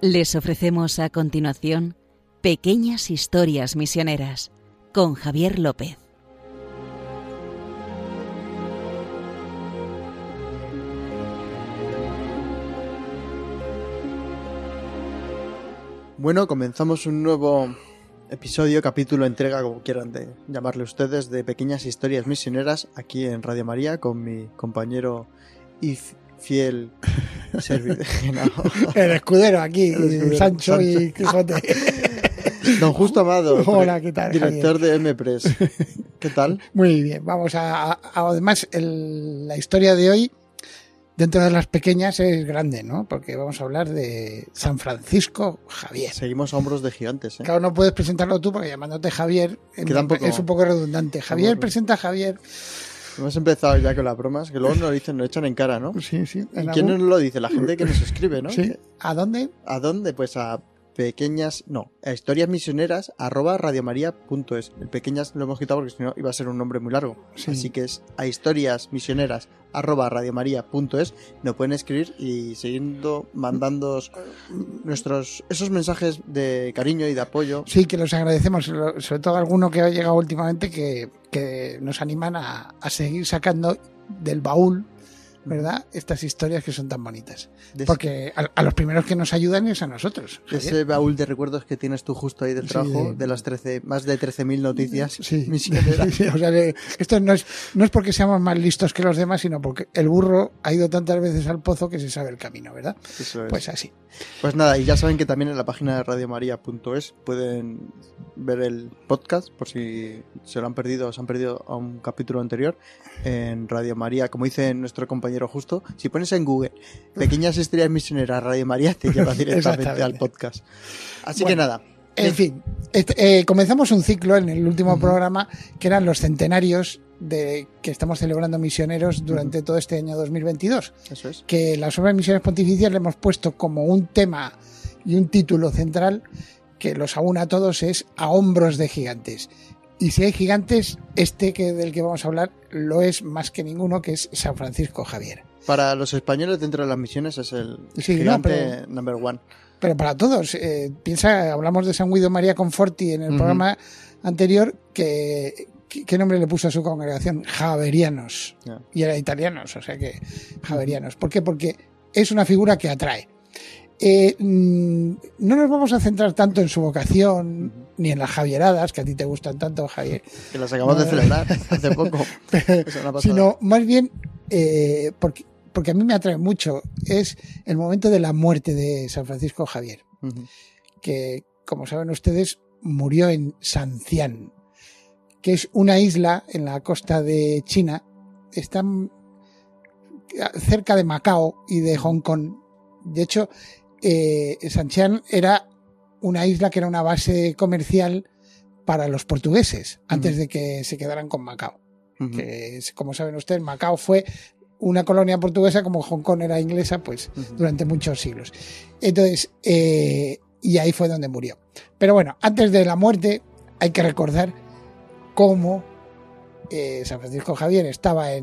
Les ofrecemos a continuación Pequeñas Historias Misioneras con Javier López. Bueno, comenzamos un nuevo episodio, capítulo, entrega, como quieran llamarle ustedes, de Pequeñas Historias Misioneras aquí en Radio María con mi compañero y fiel servidor. El escudero aquí, el Sancho y Quijote. Don Justo Amado. Hola, ¿qué tal, director Javier? de M-Press. ¿Qué tal? Muy bien, vamos además la historia de hoy, dentro de las pequeñas, es grande, ¿no? Porque vamos a hablar de San Francisco Javier. Seguimos a hombros de gigantes, ¿eh? Claro, no puedes presentarlo tú porque llamándote Javier es un poco redundante. Javier presenta a Javier. Hemos empezado ya con las bromas, que luego nos dicen, nos echan en cara, ¿no? Sí, sí. ¿Y quién nos lo dice? La gente que nos escribe, ¿no? Sí. ¿A dónde? ¿A dónde? Pues a historiasmisioneras@radiomaria.es. El pequeñas lo hemos quitado porque si no iba a ser un nombre muy largo. Sí. Así que es a historiasmisioneras@radiomaria.es. Nos pueden escribir y siguiendo mandando esos mensajes de cariño y de apoyo. Sí, que los agradecemos, sobre todo alguno que ha llegado últimamente que nos animan a seguir sacando del baúl, ¿verdad? Estas historias que son tan bonitas. Porque a los primeros que nos ayudan es a nosotros. Ese baúl de recuerdos que tienes tú justo ahí del trabajo, de las más de 13.000 noticias. Sí. O sea, esto no es porque seamos más listos que los demás, sino porque el burro ha ido tantas veces al pozo que se sabe el camino, ¿verdad? Eso es. Pues así. Pues nada, y ya saben que también en la página de radiomaria.es pueden ver el podcast, por si se lo han perdido o se han perdido a un capítulo anterior, en Radio María, como dice nuestro compañero Justo. Si pones en Google Pequeñas Historias Misioneras Radio María, te lleva directamente al podcast. Así que nada. En fin, comenzamos un ciclo en el último programa que eran los centenarios que estamos celebrando misioneros durante todo este año 2022. Eso es. Que las obras misiones pontificias le hemos puesto como un tema y un título central que los aúna a todos, es A Hombros de Gigantes. Y si hay gigantes, del que vamos a hablar lo es más que ninguno, que es San Francisco Javier. Para los españoles dentro de las misiones es el gigante number one. Pero para todos, hablamos de San Guido María Conforti en el programa anterior, ¿qué nombre le puso a su congregación? Javerianos. Yeah. Y era italianos, o sea que Javerianos. ¿Por qué? Porque es una figura que atrae. No nos vamos a centrar tanto en su vocación ni en las javieradas, que a ti te gustan tanto, Javier. Que las acabamos de celebrar hace poco. Sino más bien porque a mí me atrae mucho, es el momento de la muerte de San Francisco Javier, que, como saben ustedes, murió en Sancián, que es una isla en la costa de China. Está cerca de Macao y de Hong Kong. De hecho, Sancián era una isla que era una base comercial para los portugueses, antes de que se quedaran con Macao. Que, como saben ustedes, Macao fue una colonia portuguesa, como Hong Kong era inglesa, pues durante muchos siglos. Entonces, y ahí fue donde murió. Pero bueno, antes de la muerte hay que recordar cómo San Francisco Javier estaba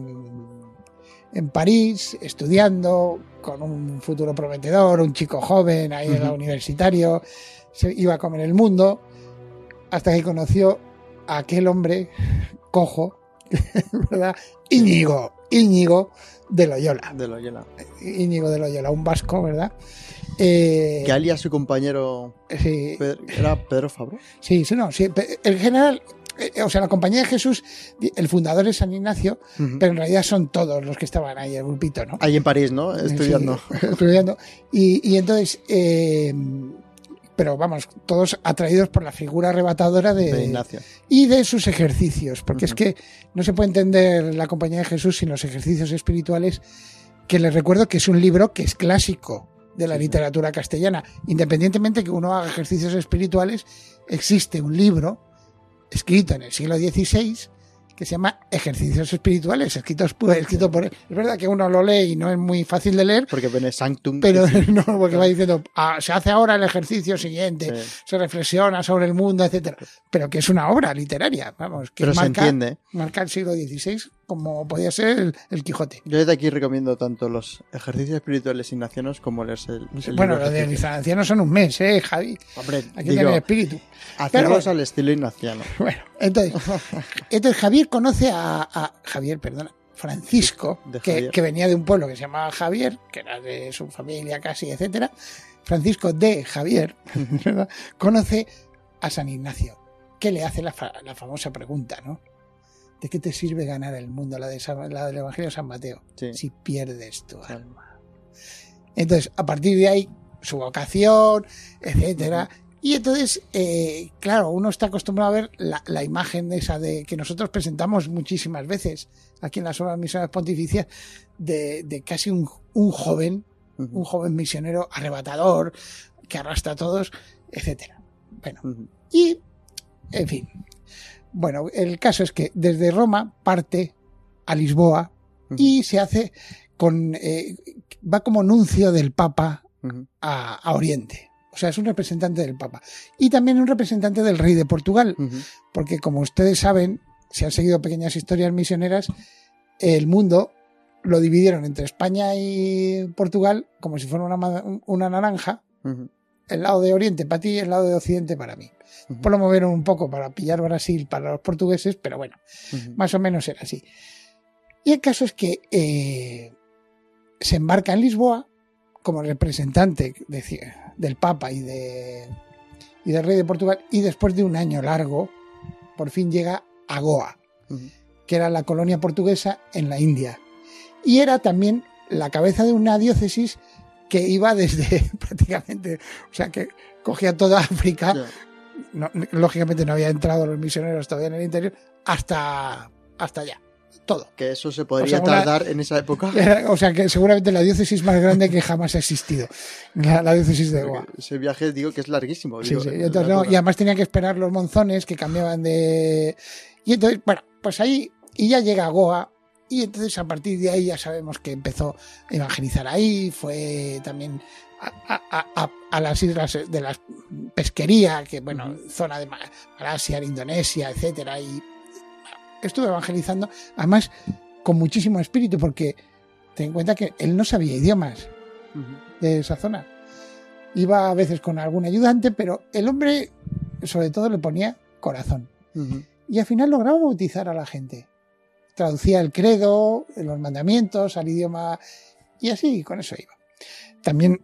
en París estudiando con un futuro prometedor, un chico joven ahí en la universitario, se iba a comer el mundo, hasta que conoció a aquel hombre cojo, ¿verdad? Íñigo de Loyola. Íñigo de Loyola, un vasco, ¿verdad? Que alias su compañero era Pedro Fabro. Sí, el general, o sea, la Compañía de Jesús, el fundador es San Ignacio, pero en realidad son todos los que estaban ahí, el grupito, ¿no? Ahí en París, ¿no? Estudiando. Sí, estudiando. Y entonces, pero vamos, todos atraídos por la figura arrebatadora de Ignacio y de sus ejercicios, porque es que no se puede entender la Compañía de Jesús sin los ejercicios espirituales, que les recuerdo que es un libro que es clásico de la literatura castellana. Independientemente que uno haga ejercicios espirituales, existe un libro escrito en el siglo XVI que se llama Ejercicios Espirituales, escrito por él. Es verdad que uno lo lee y no es muy fácil de leer. Porque pone Sanctum. Pero no, porque va diciendo, se hace ahora el ejercicio siguiente, se reflexiona sobre el mundo, etcétera. Pero que es una obra literaria, vamos. Que pero se entiende. Marca el siglo XVI como podía ser el Quijote. Yo desde aquí recomiendo tanto los ejercicios espirituales ignacianos como leerse el Bueno, libro los de ejercicios. ignacianos son un mes, Javi. Hombre, Hay que digo, tener espíritu. hacerlos Pero- al estilo ignaciano. Bueno, entonces Javier conoce a Javier, perdona, Francisco, De Javier. que venía de un pueblo que se llamaba Javier, que era de su familia casi, etcétera. Francisco de Javier, ¿verdad? Conoce a San Ignacio, que le hace la famosa pregunta, ¿no? ¿De qué te sirve ganar el mundo? La del Evangelio de San Mateo. Sí. Si pierdes tu Sí. alma. Entonces, a partir de ahí, su vocación, etcétera. Y entonces, claro, uno está acostumbrado a ver la imagen esa de que nosotros presentamos muchísimas veces aquí en las obras misioneras pontificias de casi un joven, un joven misionero arrebatador que arrastra a todos, etcétera. Bueno, y en fin. Bueno, el caso es que desde Roma parte a Lisboa y se hace va como nuncio del Papa a Oriente. O sea, es un representante del Papa. Y también un representante del rey de Portugal. Porque como ustedes saben, si han seguido pequeñas historias misioneras, el mundo lo dividieron entre España y Portugal como si fuera una naranja. El lado de Oriente para ti y el lado de Occidente para mí. Pues lo movieron un poco para pillar Brasil para los portugueses, pero bueno, más o menos era así. Y el caso es que se embarca en Lisboa como representante del Papa y del rey de Portugal, y después de un año largo por fin llega a Goa, que era la colonia portuguesa en la India, y era también la cabeza de una diócesis que iba desde prácticamente, o sea, que cogía toda África. Yeah. No, lógicamente no había entrado los misioneros todavía en el interior hasta allá, todo. Que eso se podría O sea, tardar en esa época. O sea, que seguramente la diócesis más grande que jamás ha existido, la diócesis de Goa. Ese viaje digo que es larguísimo. Sí, Digo, sí. Entonces, no, y además tenía que esperar los monzones que cambiaban de... Y entonces, bueno, pues ahí, y ya llega a Goa, y entonces a partir de ahí ya sabemos que empezó a evangelizar ahí, fue también a las islas de la pesquería, que bueno, zona de Malasia, Indonesia, etcétera, y bueno, estuve evangelizando, además con muchísimo espíritu, porque ten en cuenta que él no sabía idiomas de esa zona. Iba a veces con algún ayudante, pero el hombre sobre todo le ponía corazón. Y al final lograba bautizar a la gente. Traducía el credo, los mandamientos al idioma, y así, con eso iba. También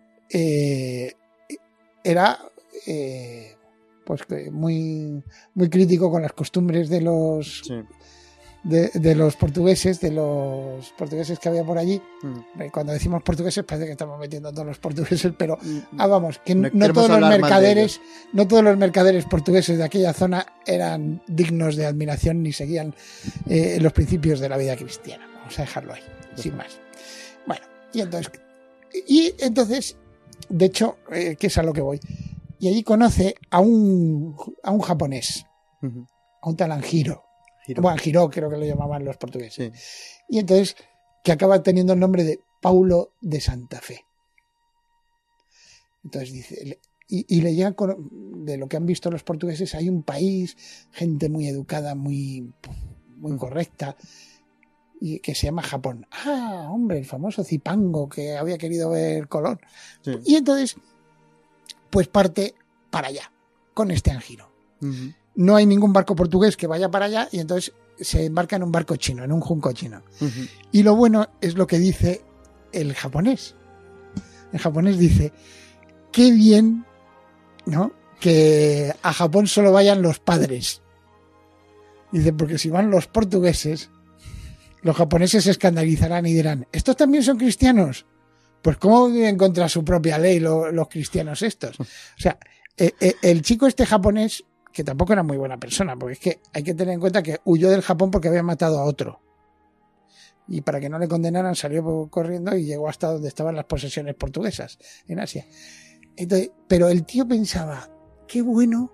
era pues muy, muy crítico con las costumbres de los... Sí. De los portugueses que había por allí. Cuando decimos portugueses parece que estamos metiendo a todos los portugueses, pero vamos, que no todos los mercaderes portugueses de aquella zona eran dignos de admiración ni seguían los principios de la vida cristiana. Vamos a dejarlo ahí, sin más. Bueno, y entonces, de hecho, que es a lo que voy, y allí conoce a un japonés, a un talanjiro. Bueno, Giró creo que lo llamaban los portugueses. Sí. Y entonces, que acaba teniendo el nombre de Paulo de Santa Fe. Entonces dice, y le llega de lo que han visto los portugueses, hay un país, gente muy educada, muy correcta, y que se llama Japón. Ah, hombre, el famoso Zipango que había querido ver Colón. Sí. Y entonces, pues parte para allá, con este Angiro. No hay ningún barco portugués que vaya para allá y entonces se embarca en un barco chino, en un junco chino. Y lo bueno es lo que dice el japonés. El japonés dice, qué bien, ¿no?, que a Japón solo vayan los padres. Dice, porque si van los portugueses, los japoneses se escandalizarán y dirán, ¿estos también son cristianos? Pues ¿cómo viven contra su propia ley los cristianos estos? O sea, el chico este japonés, que tampoco era muy buena persona, porque es que hay que tener en cuenta que huyó del Japón porque había matado a otro. Y para que no le condenaran salió corriendo y llegó hasta donde estaban las posesiones portuguesas, en Asia. Entonces, pero el tío pensaba, qué bueno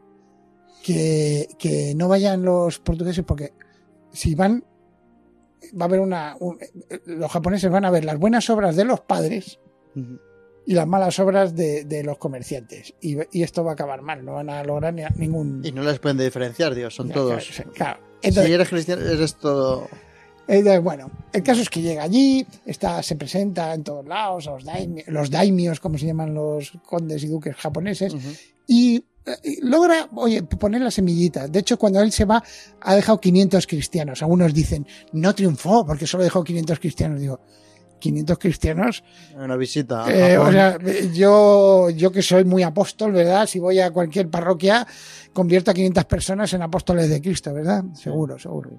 que no vayan los portugueses, porque si van, va a haber los japoneses van a ver las buenas obras de los padres y las malas obras de los comerciantes, y esto va a acabar mal, no van a lograr ningún... Y no les pueden diferenciar, Dios, son todos. Claro. Entonces, si eres cristiano, eres todo... Bueno, el caso es que llega allí, se presenta en todos lados, los daimios, como se llaman los condes y duques japoneses, y logra, poner la semillita. De hecho, cuando él se va, ha dejado 500 cristianos. Algunos dicen, no triunfó porque solo dejó 500 cristianos. Digo, 500 cristianos. Una visita. O sea, yo que soy muy apóstol, ¿verdad? Si voy a cualquier parroquia, convierto a 500 personas en apóstoles de Cristo, ¿verdad? Seguro.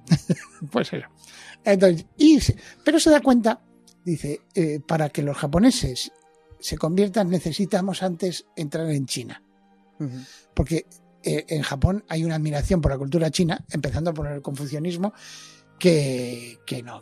Pues eso. Entonces, pero se da cuenta, dice, para que los japoneses se conviertan necesitamos antes entrar en China. Porque en Japón hay una admiración por la cultura china, empezando por el confucianismo, que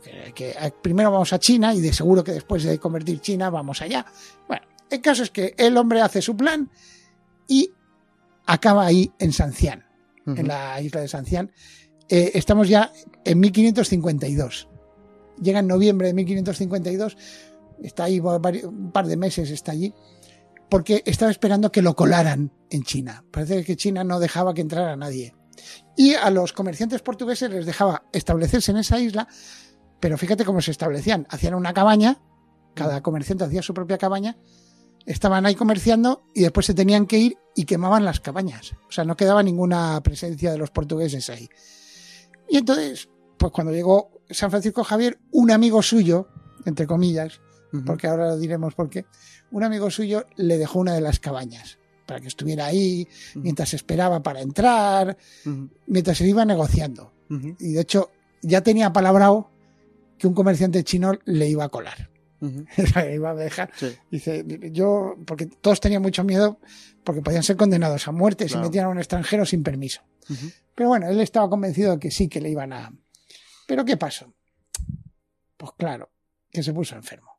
primero vamos a China y de seguro que después de convertir China vamos allá. Bueno, el caso es que el hombre hace su plan y acaba ahí en Sancian, en la isla de Sancian. Estamos ya en 1552. Llega en noviembre de 1552, está ahí un par de meses, está allí, porque estaba esperando que lo colaran en China. Parece que China no dejaba que entrara nadie. Y a los comerciantes portugueses les dejaba establecerse en esa isla, pero fíjate cómo se establecían. Hacían una cabaña, cada comerciante hacía su propia cabaña, estaban ahí comerciando y después se tenían que ir y quemaban las cabañas. O sea, no quedaba ninguna presencia de los portugueses ahí. Y entonces, pues cuando llegó San Francisco Javier, un amigo suyo, entre comillas, porque ahora lo diremos por qué, un amigo suyo le dejó una de las cabañas para que estuviera ahí mientras esperaba para entrar, mientras se iba negociando. Y de hecho, ya tenía palabrado que un comerciante chino le iba a colar. Le iba a dejar. Sí. Dice, porque todos tenían mucho miedo porque podían ser condenados a muerte si metían a un extranjero sin permiso. Pero bueno, él estaba convencido de que sí, que le iban a... ¿Pero qué pasó? Pues claro, que se puso enfermo.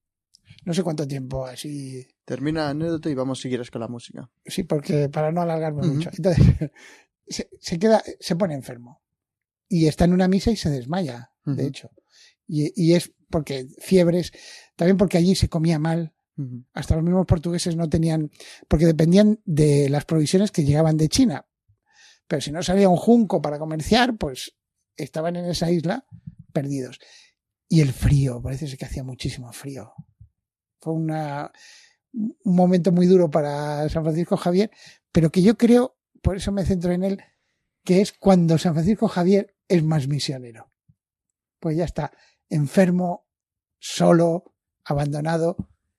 No sé cuánto tiempo así... Termina la anécdota y vamos si quieres con la música. Sí, porque para no alargarme mucho. Entonces, se pone enfermo. Y está en una misa y se desmaya, de hecho. Y es porque fiebres, también porque allí se comía mal. Hasta los mismos portugueses no tenían... Porque dependían de las provisiones que llegaban de China. Pero si no salía un junco para comerciar, pues estaban en esa isla perdidos. Y el frío, parece ser que hacía muchísimo frío. Fue un momento muy duro para San Francisco Javier, pero que yo creo, por eso me centro en él, que es cuando San Francisco Javier es más misionero. Pues ya está, enfermo, solo, abandonado,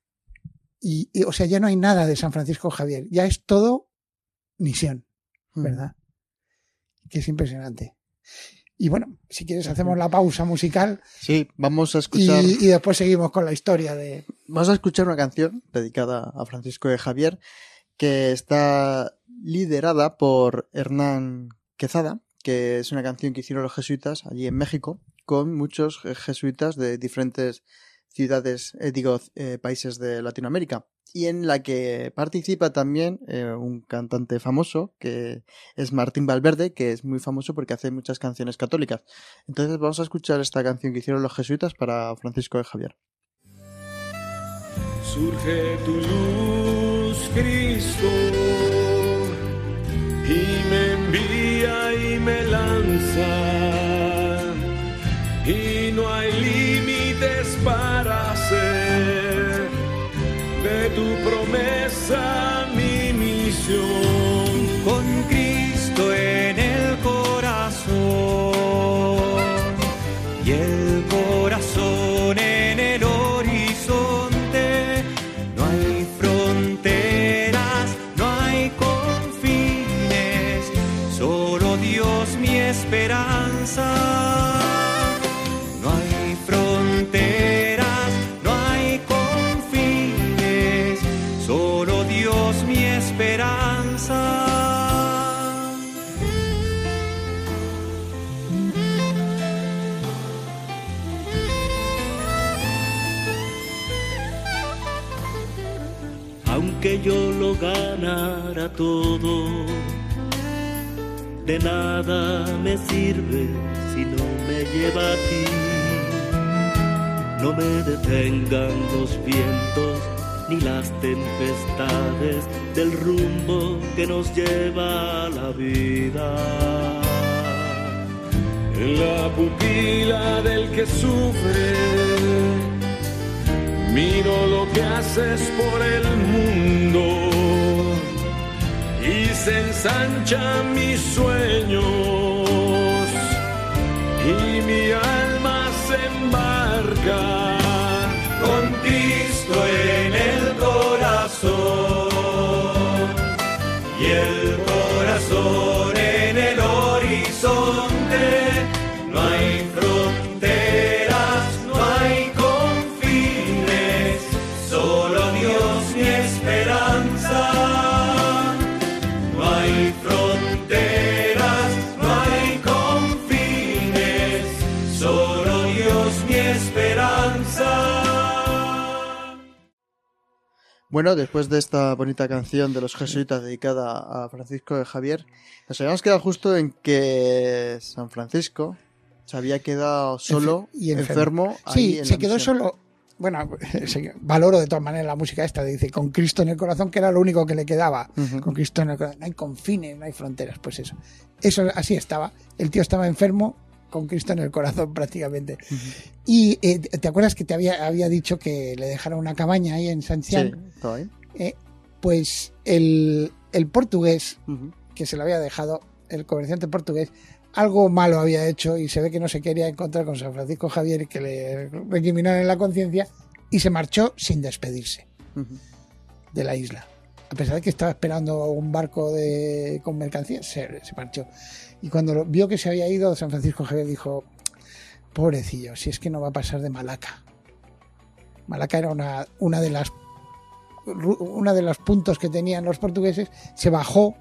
y o sea, ya no hay nada de San Francisco Javier, ya es todo misión, ¿verdad? Que es impresionante. Y bueno, si quieres hacemos la pausa musical. Sí, vamos a escuchar... Y después seguimos con la historia de... Vamos a escuchar una canción dedicada a Francisco de Javier que está liderada por Hernán Quezada, que es una canción que hicieron los jesuitas allí en México con muchos jesuitas de diferentes ciudades, países de Latinoamérica, y en la que participa también un cantante famoso que es Martín Valverde, que es muy famoso porque hace muchas canciones católicas. Entonces vamos a escuchar esta canción que hicieron los jesuitas para Francisco de Javier. Surge tu luz, Cristo, y me envía y me lanza, y no hay límites para hacer de tu promesa mi misión. Con Cristo en el corazón y el corazón en el horizonte, no hay fronteras, no hay confines, solo Dios mi esperanza. Que yo lo ganara todo, de nada me sirve si no me lleva a ti. No me detengan los vientos ni las tempestades del rumbo que nos lleva a la vida. en la pupila del que sufre. Miro lo que haces por el mundo y se ensanchan mis sueños y mi alma se embarca con Cristo en el corazón y el corazón en el horizonte. No hay fronteras, no hay confines, solo Dios mi esperanza. No hay fronteras, no hay confines, solo Dios mi esperanza. Bueno, después de esta bonita canción de los jesuitas dedicada a Francisco de Javier, nos habíamos quedado justo en que San Francisco se había quedado solo, y enfermo. Sí, ahí en se la quedó misión. solo. Bueno, valoro de todas maneras la música esta, dice, con Cristo en el corazón, que era lo único que le quedaba. Ujú. Con Cristo en el corazón. No hay confines, no hay fronteras, pues eso. Eso así estaba. El tío estaba enfermo con Cristo en el corazón prácticamente. Y ¿te acuerdas que te había dicho que le dejaron una cabaña ahí en San Sí, Sebastián? estaba ahí. Pues el portugués Ujú. que se lo había dejado, el comerciante portugués, algo malo había hecho y se ve que no se quería encontrar con San Francisco Javier y que le recriminaron en la conciencia y se marchó sin despedirse Ujú. de la isla. A pesar de que estaba esperando un barco con mercancías, se marchó. Y cuando vio que se había ido, San Francisco Javier dijo, pobrecillo, si es que no va a pasar de Malaca. Malaca era una de los puntos que tenían los portugueses. Se bajó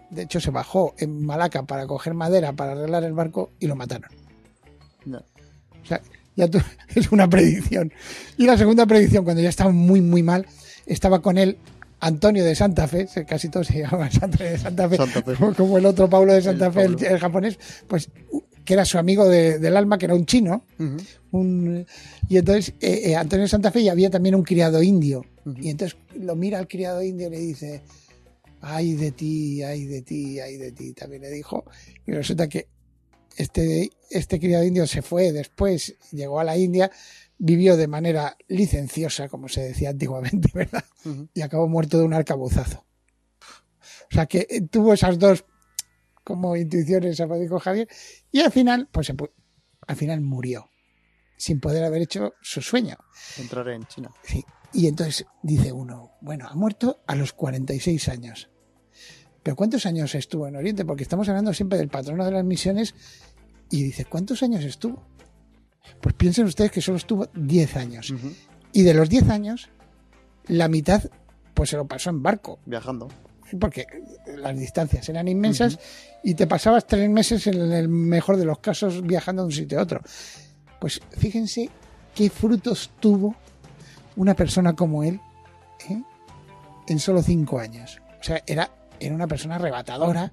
en Malaca para coger madera para arreglar el barco y lo mataron. No. O sea, es una predicción. Y la segunda predicción, cuando ya estaba muy, muy mal, estaba con él Antonio de Santa Fe, casi todos se llamaban Antonio de Santa Fe, Santa Fe. como el otro Pablo de Santa Fe, Pablo. el japonés, pues que era su amigo del alma, que era un chino. Ujú. Y entonces Antonio de Santa Fe, y había también un criado indio. Ujú. Y entonces lo mira al criado indio y le dice, ay de ti, ay de ti, ay de ti, también le dijo. Y resulta que este criado indio se fue después, llegó a la India, vivió de manera licenciosa, como se decía antiguamente, ¿verdad? Ujú. Y acabó muerto de un arcabuzazo. O sea que tuvo esas dos como intuiciones San Francisco Javier, y al final, pues al final murió, sin poder haber hecho su sueño. Entrar en China. Sí. Y entonces dice uno, bueno, ha muerto a los 46 años. ¿Pero cuántos años estuvo en Oriente? Porque estamos hablando siempre del patrono de las misiones, y dice, ¿cuántos años estuvo? Pues piensen ustedes que solo estuvo 10 años. Ujú. Y de los 10 años, la mitad pues se lo pasó en barco, Viajando. porque las distancias eran inmensas y te pasabas 3 meses en el mejor de los casos viajando de un sitio a otro. Pues fíjense qué frutos tuvo una persona como él, ¿eh? En solo 5 años. O sea, era una persona arrebatadora,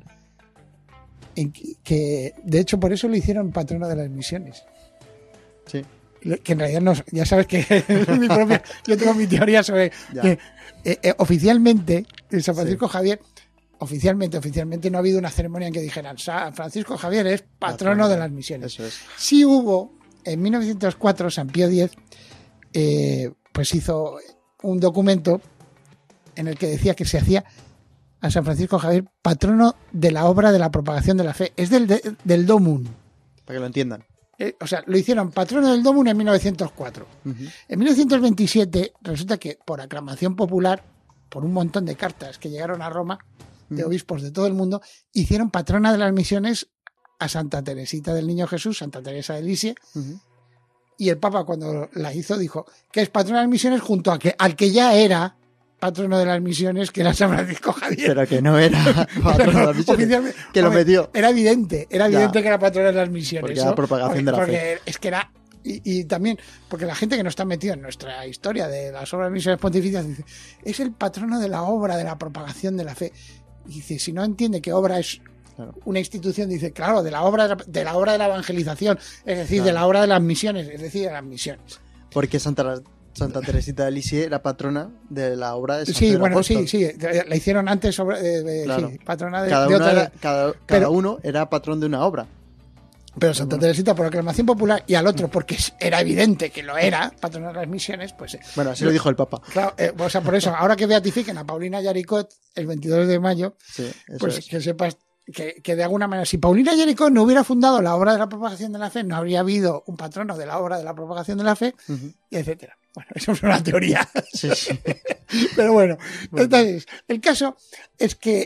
que de hecho por eso lo hicieron patrono de las misiones. Sí. Que en realidad no, ya sabes que yo tengo mi teoría sobre Ya. que oficialmente San Francisco Javier, oficialmente no ha habido una ceremonia en que dijeran San Francisco Javier es patrono de las misiones. Eso es. Sí hubo, en 1904, San Pío X pues hizo un documento en el que decía que se hacía a San Francisco Javier patrono de la obra de la propagación de la fe. Es del Domum. Para que lo entiendan. O sea, lo hicieron patrono del Domum en 1904. Ujú. En 1927 resulta que por aclamación popular, por un montón de cartas que llegaron a Roma, de obispos de todo el mundo, hicieron patrona de las misiones a Santa Teresita del Niño Jesús, Santa Teresa de Lisieux, Ujú. y el Papa cuando la hizo dijo que es patrona de las misiones junto al que ya era patrono de las misiones, que era San Francisco Javier. Pero que no era patrono de las misiones. Oficialmente, Que lo hombre, metió. Era evidente que era patrona de las misiones. Porque era ¿no? propagación de la porque es que era. Y también, porque la gente que no está metida en nuestra historia de las obras de misiones pontificias dice, es el patrono de la obra de la propagación de la fe. Y dice, si no entiende que obra es Claro. una institución, dice, claro, de la obra de la evangelización, es decir, Claro. de la obra de las misiones, es decir, de las misiones. Porque Santa Teresita de Lisieux era patrona de la obra de San Sí, Pedro bueno, Apóstol. sí, la hicieron antes sobre Claro. sí, patrona de Cada, de uno otra. era, cada pero- uno era patrón de una obra. Pero Santa Teresita por aclamación popular y al otro porque era evidente que lo era, patrona de las misiones, pues... Bueno, así lo dijo el Papa. Claro, o sea, por eso, ahora que beatifiquen a Paulina Yaricot el 22 de mayo, Sí, eso pues es. que sepas que de alguna manera, si Paulina Yaricot no hubiera fundado la obra de la propagación de la fe, no habría habido un patrono de la obra de la propagación de la fe, Ujú. y etcétera. Bueno, eso es una teoría. Sí, sí. Pero bueno, entonces, el caso es que...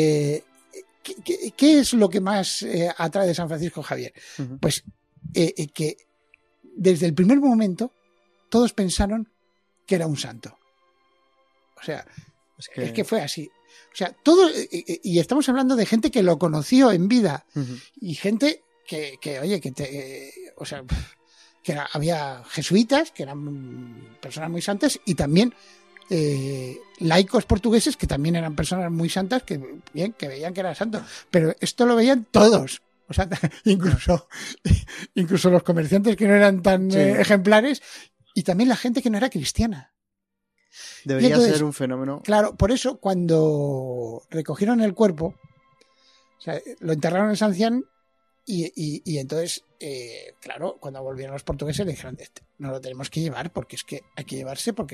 ¿qué es lo que más atrae de San Francisco Javier? Ujú. Pues que desde el primer momento todos pensaron que era un santo. O sea, es que fue así. O sea, todo, y estamos hablando de gente que lo conoció en vida Ujú. y gente o sea, había jesuitas que eran personas muy santas y también laicos portugueses que también eran personas muy santas que veían que era santo, pero esto lo veían todos, o sea, incluso los comerciantes que no eran tan Sí. ejemplares y también la gente que no era cristiana. Debería Y entonces, ser un fenómeno. Claro, por eso cuando recogieron el cuerpo, o sea, lo enterraron en Sancián y entonces, claro, cuando volvieron los portugueses le dijeron, no lo tenemos que llevar porque es que hay que llevarse porque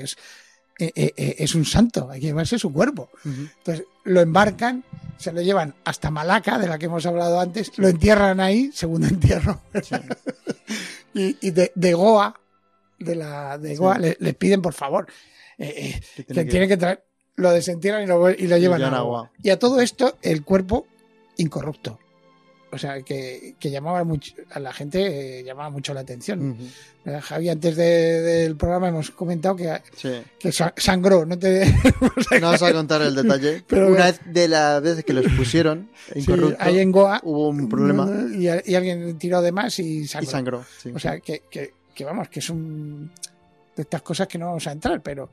es un santo, hay que llevarse su cuerpo. Ujú. Entonces lo embarcan, se lo llevan hasta Malaca, de la que hemos hablado antes, lo entierran ahí, segundo entierro. Sí. y de Goa, de Goa, les piden por favor que tienen que traer, lo desentierran y lo llevan a Goa. Y a todo esto, el cuerpo incorrupto. O sea, que llamaba mucho a la gente, llamaba mucho la atención. Ujú. Javi, antes del programa hemos comentado que Sí. sangró, no te... No vas a contar el detalle. Pero- Una vez de las veces que los pusieron incorrupto, Sí, ahí en Goa hubo un problema y alguien tiró de más y sangró. y sangró. Sí. O sea, que vamos, que es un de estas cosas que no vamos a entrar, pero...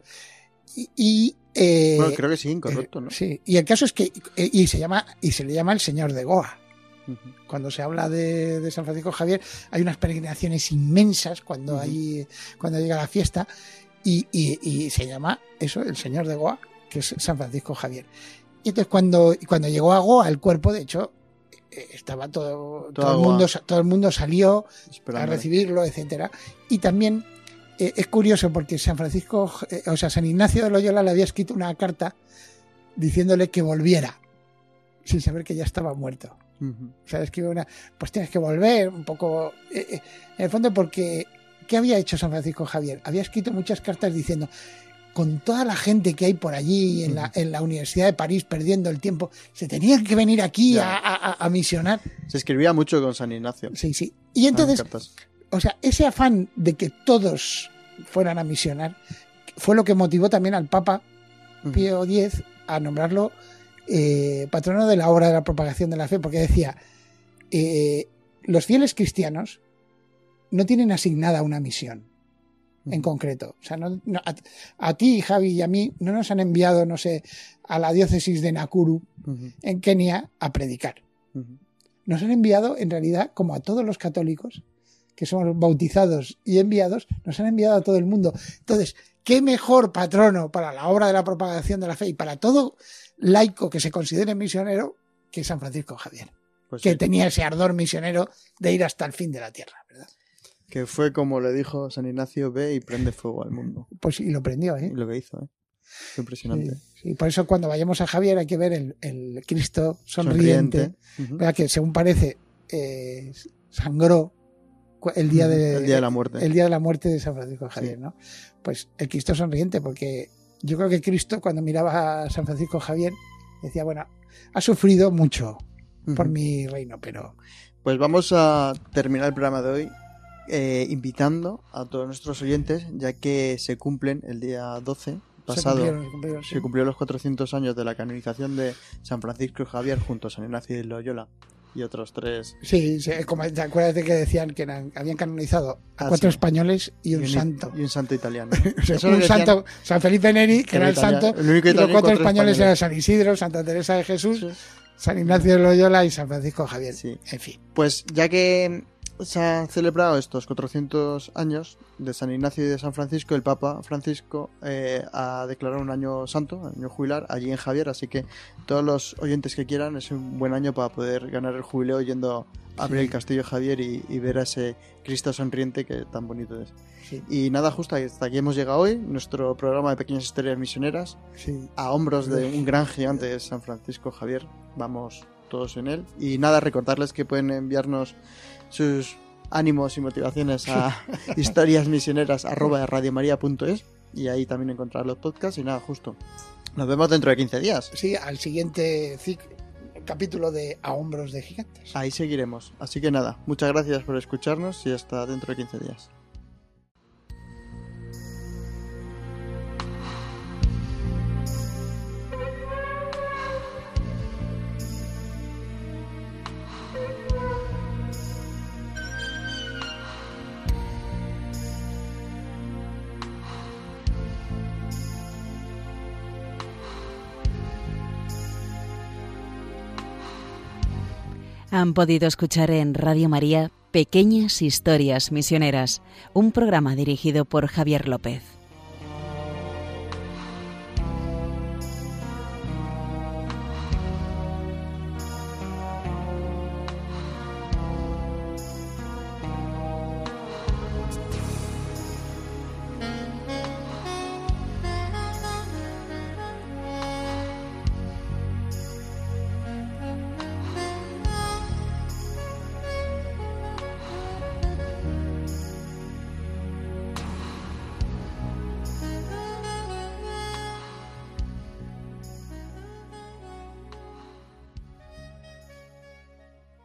Bueno, creo que sí, incorrupto, ¿no? Sí, y el caso es que se le llama el Señor de Goa. Ujú. Cuando se habla de San Francisco Javier, hay unas peregrinaciones inmensas cuando llega la fiesta y se llama eso, el Señor de Goa, que es San Francisco Javier. Y entonces cuando llegó a Goa, el cuerpo, de hecho, estaba todo el mundo salió a Esperándole. recibirlo, etcétera. Y también es curioso porque San Ignacio de Loyola le había escrito una carta diciéndole que volviera, sin saber que ya estaba muerto. Ujú. O sea, escribe pues tienes que volver un poco, en el fondo, porque ¿qué había hecho San Francisco Javier? Había escrito muchas cartas diciendo, con toda la gente que hay por allí en la Universidad de París perdiendo el tiempo, se tenían que venir aquí a misionar. Se escribía mucho con San Ignacio. Sí. Y entonces, Cartas. o sea, ese afán de que todos fueran a misionar fue lo que motivó también al Papa Ujú. Pío X a nombrarlo patrono de la obra de la propagación de la fe, porque decía, los fieles cristianos no tienen asignada una misión en concreto. O sea, a ti, Javi, y a mí no nos han enviado, no sé, a la diócesis de Nakuru, Ujú. en Kenia, a predicar. Ujú. Nos han enviado, en realidad, como a todos los católicos, que somos bautizados y enviados, nos han enviado a todo el mundo. Entonces, ¿qué mejor patrono para la obra de la propagación de la fe y para todo laico que se considere misionero que San Francisco Javier? Pues Que sí, tenía ese ardor misionero de ir hasta el fin de la tierra, ¿verdad? que fue como le dijo San Ignacio, ve y prende fuego al mundo. Pues y lo prendió, ¿eh? Y lo que hizo, ¿eh? Fue impresionante. Sí. Por eso cuando vayamos a Javier hay que ver el Cristo sonriente, Ujú. ¿verdad? Que según parece sangró el día El día de la muerte. el día de la muerte de San Francisco Javier, Sí. ¿no? Pues el Cristo sonriente, porque yo creo que Cristo, cuando miraba a San Francisco Javier, decía, bueno, ha sufrido mucho por Ujú. mi reino, pero Pues vamos a terminar el programa de hoy invitando a todos nuestros oyentes, ya que se cumplen el día 12 pasado, se cumplieron, sí. se cumplió los 400 años de la canonización de San Francisco Javier junto a San Ignacio de Loyola y otros tres. Sí, como te acuerdas de que decían que habían canonizado a 4 sí. español y un santo. Y un santo italiano. O sea, Eso lo un decían- santo, San Felipe Neri, que era el italiano. santo, El único y los italiano y 4 4 españoles eran españoles. San Isidro, Santa Teresa de Jesús, Sí. San Ignacio de Loyola y San Francisco Javier. Sí. En fin. Pues ya que se han celebrado estos 400 años de San Ignacio y de San Francisco, el Papa Francisco ha declarado un año santo, año jubilar, allí en Javier, así que todos los oyentes que quieran es un buen año para poder ganar el jubileo yendo a abrir el Castillo de Javier y ver a ese Cristo sonriente que tan bonito es. Sí. Y nada, justo hasta aquí hemos llegado hoy, nuestro programa de pequeñas historias misioneras, Sí. a hombros de un gran gigante de San Francisco Javier, vamos todos en él. Y nada, recordarles que pueden enviarnos sus ánimos y motivaciones a historiasmisioneras@radiomaria.es y ahí también encontrar los podcasts. Y nada, justo nos vemos dentro de 15 días. Sí, al siguiente capítulo de A Hombros de Gigantes. Ahí seguiremos. Así que nada, muchas gracias por escucharnos y hasta dentro de 15 días. Han podido escuchar en Radio María Pequeñas Historias Misioneras, un programa dirigido por Javier López.